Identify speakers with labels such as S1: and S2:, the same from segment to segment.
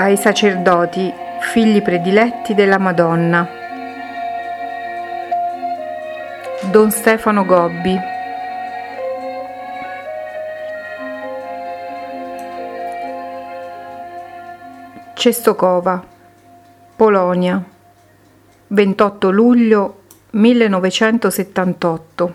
S1: ai sacerdoti, figli prediletti della Madonna. Don Stefano Gobbi. Częstochowa, Polonia, 28 luglio 1978.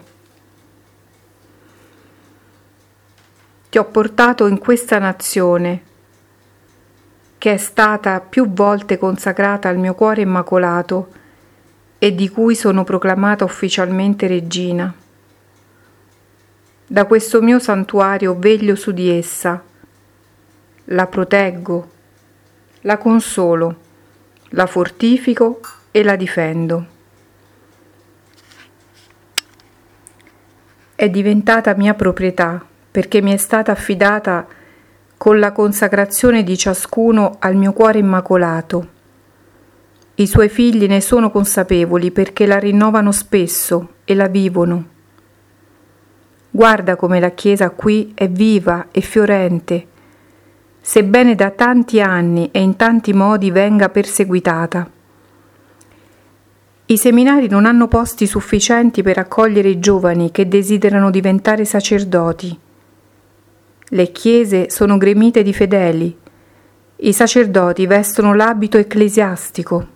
S1: Ti ho portato in questa nazione, che è stata più volte consacrata al mio cuore immacolato e di cui sono proclamata ufficialmente regina. Da questo mio santuario veglio su di essa, la proteggo, la consolo, la fortifico e la difendo. È diventata mia proprietà perché mi è stata affidata con la consacrazione di ciascuno al mio cuore immacolato. I suoi figli ne sono consapevoli perché la rinnovano spesso e la vivono. Guarda come la Chiesa qui è viva e fiorente, sebbene da tanti anni e in tanti modi venga perseguitata. I seminari non hanno posti sufficienti per accogliere i giovani che desiderano diventare sacerdoti. Le chiese sono gremite di fedeli. I sacerdoti vestono l'abito ecclesiastico.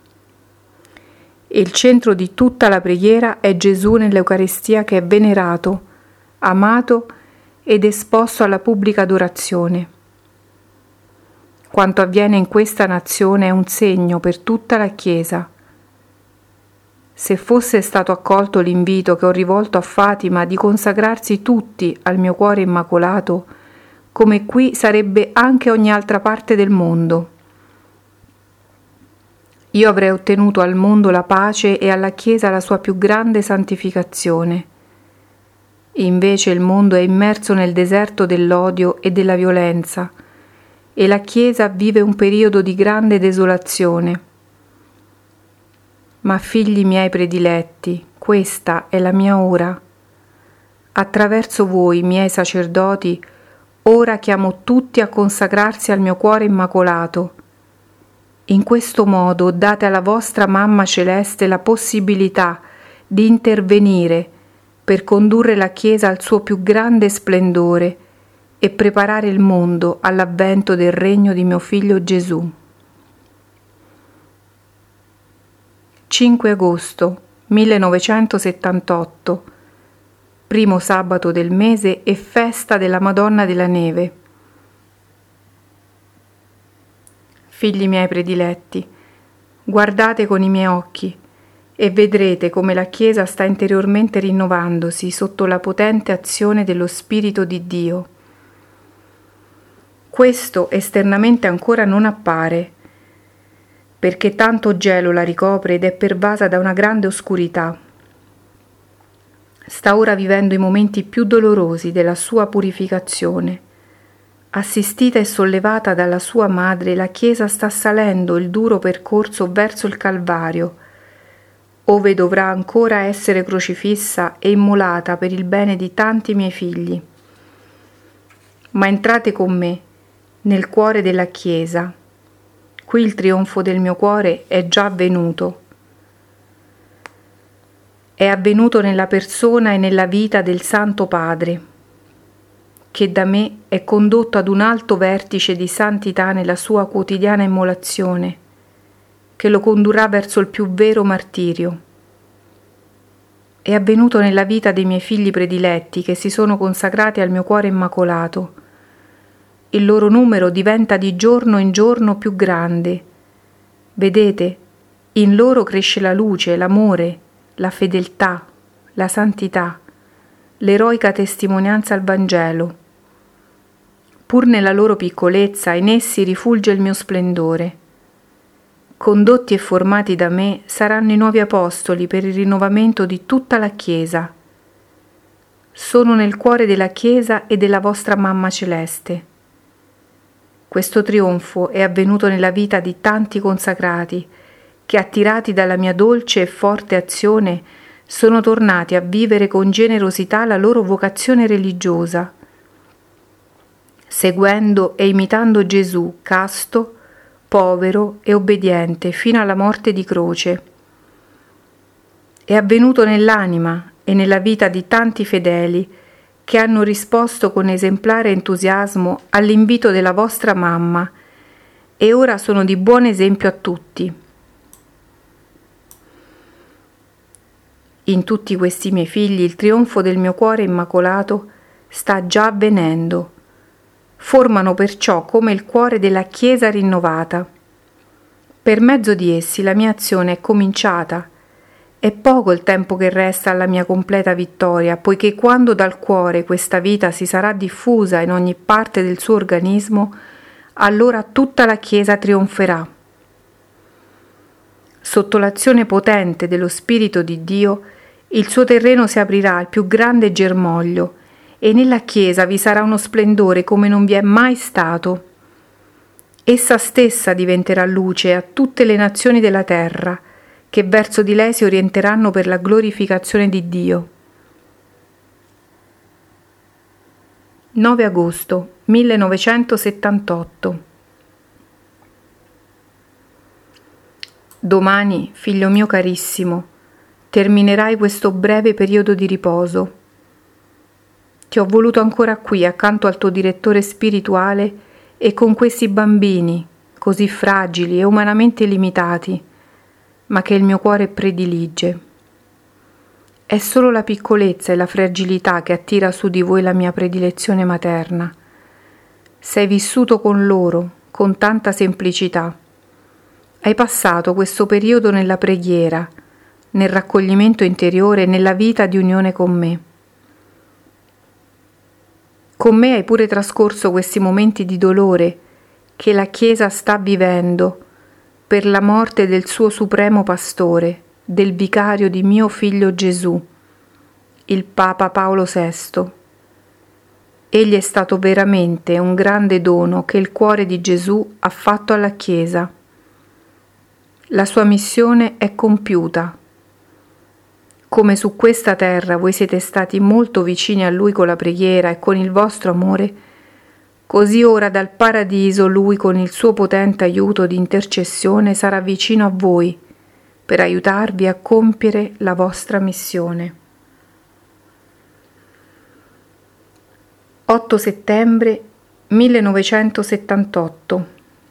S1: Il centro di tutta la preghiera è Gesù nell'Eucaristia, che è venerato, amato ed esposto alla pubblica adorazione. Quanto avviene in questa nazione è un segno per tutta la Chiesa. Se fosse stato accolto l'invito che ho rivolto a Fatima di consacrarsi tutti al mio cuore immacolato, come qui sarebbe anche ogni altra parte del mondo. Io avrei ottenuto al mondo la pace e alla Chiesa la sua più grande santificazione. Invece il mondo è immerso nel deserto dell'odio e della violenza, e la Chiesa vive un periodo di grande desolazione. Ma figli miei prediletti, questa è la mia ora. Attraverso voi, miei sacerdoti, ora chiamo tutti a consacrarsi al mio cuore immacolato. In questo modo date alla vostra Mamma Celeste la possibilità di intervenire per condurre la Chiesa al suo più grande splendore e preparare il mondo all'avvento del regno di mio Figlio Gesù. 5 agosto 1978, primo sabato del mese e festa della Madonna della Neve. Figli miei prediletti, guardate con i miei occhi e vedrete come la Chiesa sta interiormente rinnovandosi sotto la potente azione dello Spirito di Dio. Questo esternamente ancora non appare, perché tanto gelo la ricopre ed è pervasa da una grande oscurità. Sta ora vivendo i momenti più dolorosi della sua purificazione. Assistita e sollevata dalla sua madre, la Chiesa sta salendo il duro percorso verso il Calvario, ove dovrà ancora essere crocifissa e immolata per il bene di tanti miei figli. Ma entrate con me nel cuore della Chiesa. Qui il trionfo del mio cuore è già avvenuto. È avvenuto nella persona e nella vita del Santo Padre, che da me è condotto ad un alto vertice di santità nella sua quotidiana immolazione, che lo condurrà verso il più vero martirio. È avvenuto nella vita dei miei figli prediletti che si sono consacrati al mio cuore immacolato. Il loro numero diventa di giorno in giorno più grande. Vedete, in loro cresce la luce, l'amore, la fedeltà, la santità, l'eroica testimonianza al Vangelo. Pur nella loro piccolezza, in essi rifulge il mio splendore. Condotti e formati da me, saranno i nuovi apostoli per il rinnovamento di tutta la Chiesa. Sono nel cuore della Chiesa e della vostra Mamma Celeste. Questo trionfo è avvenuto nella vita di tanti consacrati che, attirati dalla mia dolce e forte azione, sono tornati a vivere con generosità la loro vocazione religiosa, seguendo e imitando Gesù casto, povero e obbediente fino alla morte di croce. È avvenuto nell'anima e nella vita di tanti fedeli che hanno risposto con esemplare entusiasmo all'invito della vostra mamma e ora sono di buon esempio a tutti. In tutti questi miei figli il trionfo del mio cuore immacolato sta già avvenendo. Formano perciò come il cuore della Chiesa rinnovata. Per mezzo di essi la mia azione è cominciata. È poco il tempo che resta alla mia completa vittoria, poiché quando dal cuore questa vita si sarà diffusa in ogni parte del suo organismo, allora tutta la Chiesa trionferà. Sotto l'azione potente dello Spirito di Dio, il suo terreno si aprirà al più grande germoglio e nella Chiesa vi sarà uno splendore come non vi è mai stato. Essa stessa diventerà luce a tutte le nazioni della terra, che verso di lei si orienteranno per la glorificazione di Dio. 9 agosto 1978. Domani, figlio mio carissimo, terminerai questo breve periodo di riposo. Ti ho voluto ancora qui accanto al tuo direttore spirituale e con questi bambini, così fragili e umanamente limitati, ma che il mio cuore predilige. È solo la piccolezza e la fragilità che attira su di voi la mia predilezione materna. Sei vissuto con loro, con tanta semplicità. Hai passato questo periodo nella preghiera, nel raccoglimento interiore e nella vita di unione con me. Con me hai pure trascorso questi momenti di dolore che la Chiesa sta vivendo per la morte del suo supremo pastore, del vicario di mio figlio Gesù, il Papa Paolo VI. Egli è stato veramente un grande dono che il cuore di Gesù ha fatto alla Chiesa. La sua missione è compiuta. Come su questa terra voi siete stati molto vicini a Lui con la preghiera e con il vostro amore, così ora dal paradiso Lui con il suo potente aiuto di intercessione sarà vicino a voi per aiutarvi a compiere la vostra missione. 8 settembre 1978.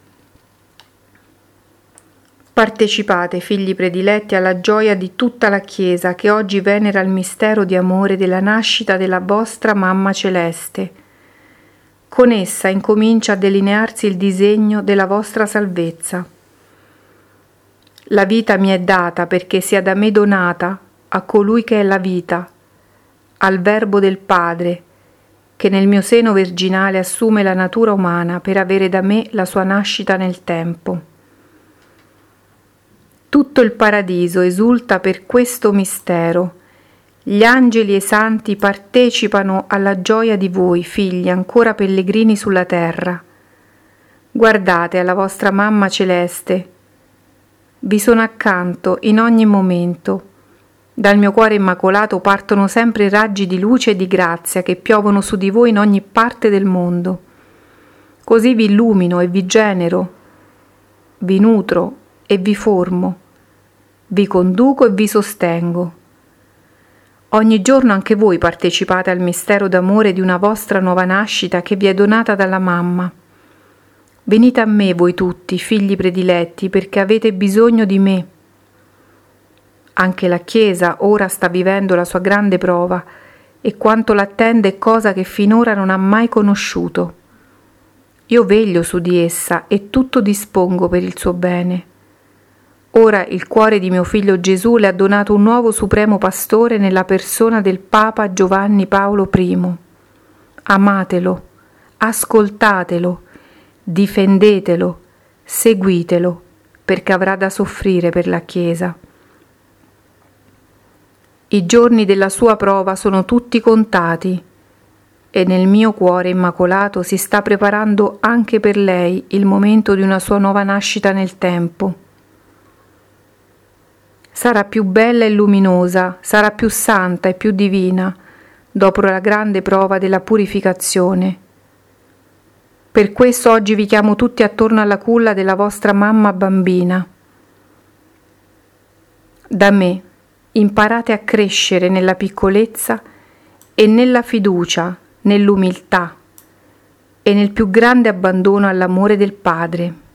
S1: Partecipate, figli prediletti, alla gioia di tutta la Chiesa che oggi venera il mistero di amore della nascita della vostra Mamma Celeste. Con essa incomincia a delinearsi il disegno della vostra salvezza. La vita mi è data perché sia da me donata a colui che è la vita, al Verbo del Padre, che nel mio seno virginale assume la natura umana per avere da me la sua nascita nel tempo. Tutto il paradiso esulta per questo mistero. Gli angeli e i santi partecipano alla gioia di voi, figli ancora pellegrini sulla terra. Guardate alla vostra Mamma Celeste. Vi sono accanto in ogni momento. Dal mio cuore immacolato partono sempre raggi di luce e di grazia che piovono su di voi in ogni parte del mondo. Così vi illumino e vi genero, vi nutro e vi formo, vi conduco e vi sostengo. Ogni giorno anche voi partecipate al mistero d'amore di una vostra nuova nascita che vi è donata dalla mamma. Venite a me voi tutti, figli prediletti, perché avete bisogno di me. Anche la Chiesa ora sta vivendo la sua grande prova e quanto l'attende è cosa che finora non ha mai conosciuto. Io veglio su di essa e tutto dispongo per il suo bene. Ora il cuore di mio figlio Gesù le ha donato un nuovo supremo pastore nella persona del Papa Giovanni Paolo I. Amatelo, ascoltatelo, difendetelo, seguitelo, perché avrà da soffrire per la Chiesa. I giorni della sua prova sono tutti contati e nel mio cuore immacolato si sta preparando anche per lei il momento di una sua nuova nascita nel tempo. Sarà più bella e luminosa, sarà più santa e più divina dopo la grande prova della purificazione. Per questo oggi vi chiamo tutti attorno alla culla della vostra mamma bambina. Da me imparate a crescere nella piccolezza e nella fiducia, nell'umiltà e nel più grande abbandono all'amore del Padre.